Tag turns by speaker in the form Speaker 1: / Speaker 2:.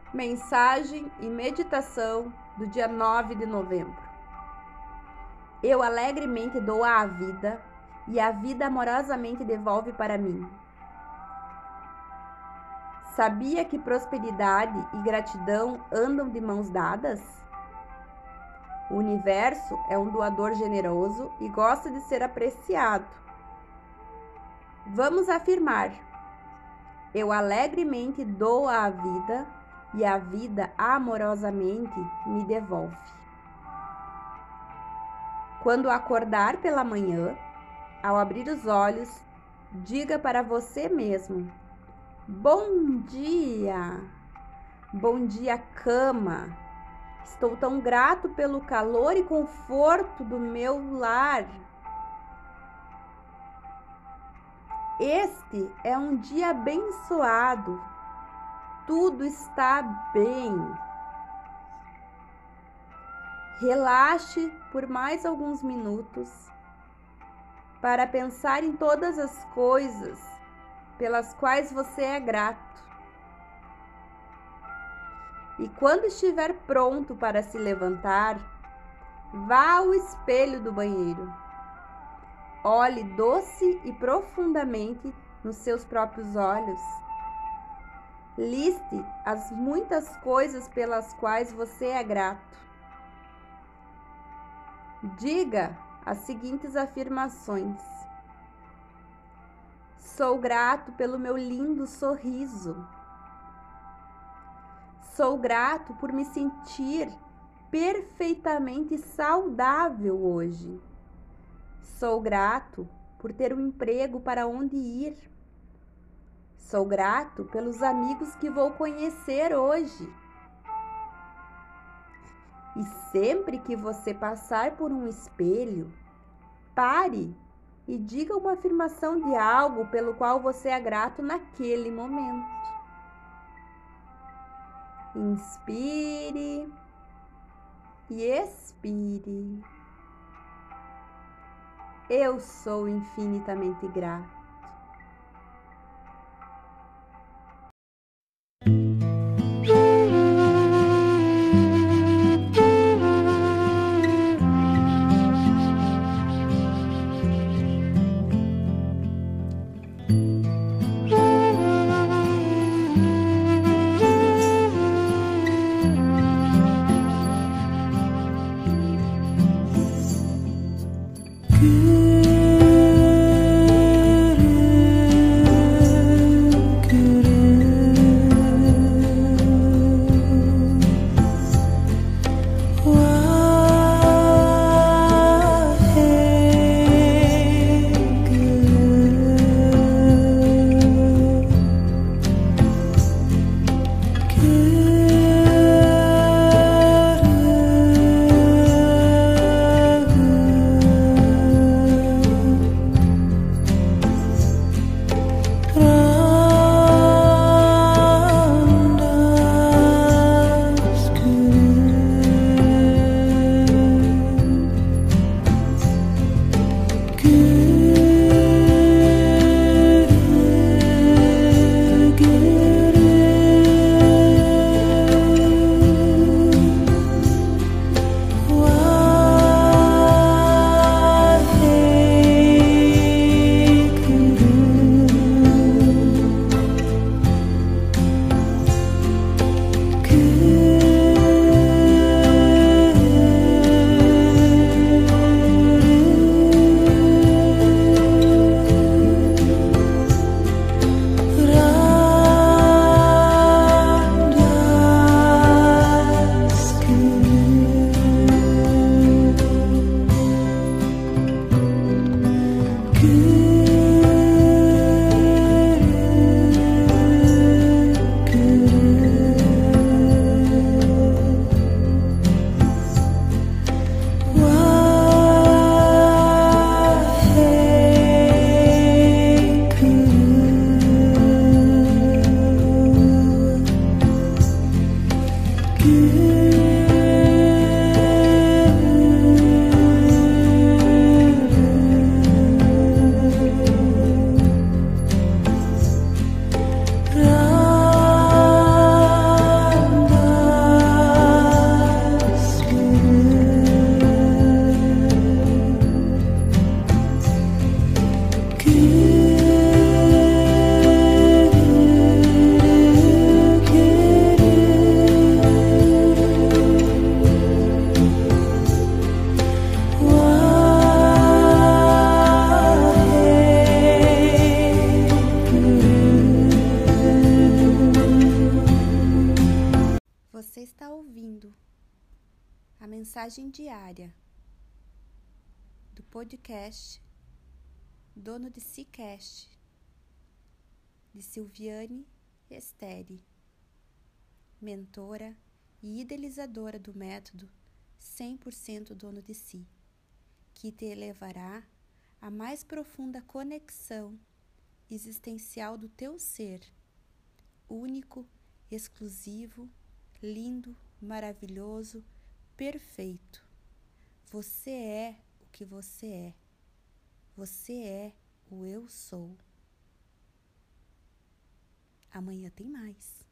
Speaker 1: Mensagem e meditação do dia 9 de novembro. Eu alegremente dou à vida e a vida amorosamente devolve para mim. Sabia que prosperidade e gratidão andam de mãos dadas? O universo é um doador generoso e gosta de ser apreciado. Vamos afirmar: eu alegremente dou à vida e a vida amorosamente me devolve. Quando acordar pela manhã, ao abrir os olhos, diga para você mesmo: bom dia! Bom dia, cama! Estou tão grato pelo calor e conforto do meu lar. Este é um dia abençoado. Tudo está bem. Relaxe por mais alguns minutos para pensar em todas as coisas pelas quais você é grato. E quando estiver pronto para se levantar, vá ao espelho do banheiro. Olhe doce e profundamente nos seus próprios olhos. Liste as muitas coisas pelas quais você é grato. Diga as seguintes afirmações: sou grato pelo meu lindo sorriso. Sou grato por me sentir perfeitamente saudável hoje. Sou grato por ter um emprego para onde ir. Sou grato pelos amigos que vou conhecer hoje. E sempre que você passar por um espelho, pare e diga uma afirmação de algo pelo qual você é grato naquele momento. Inspire e expire. Eu sou infinitamente grato. Você está ouvindo a mensagem diária do podcast Dono de Si Cast, de Silviane Esteri, mentora e idealizadora do método 100% Dono de Si, que te levará à mais profunda conexão existencial do teu ser, único, exclusivo, lindo, maravilhoso, perfeito. Você é o que você é. Você é o eu sou. Amanhã tem mais.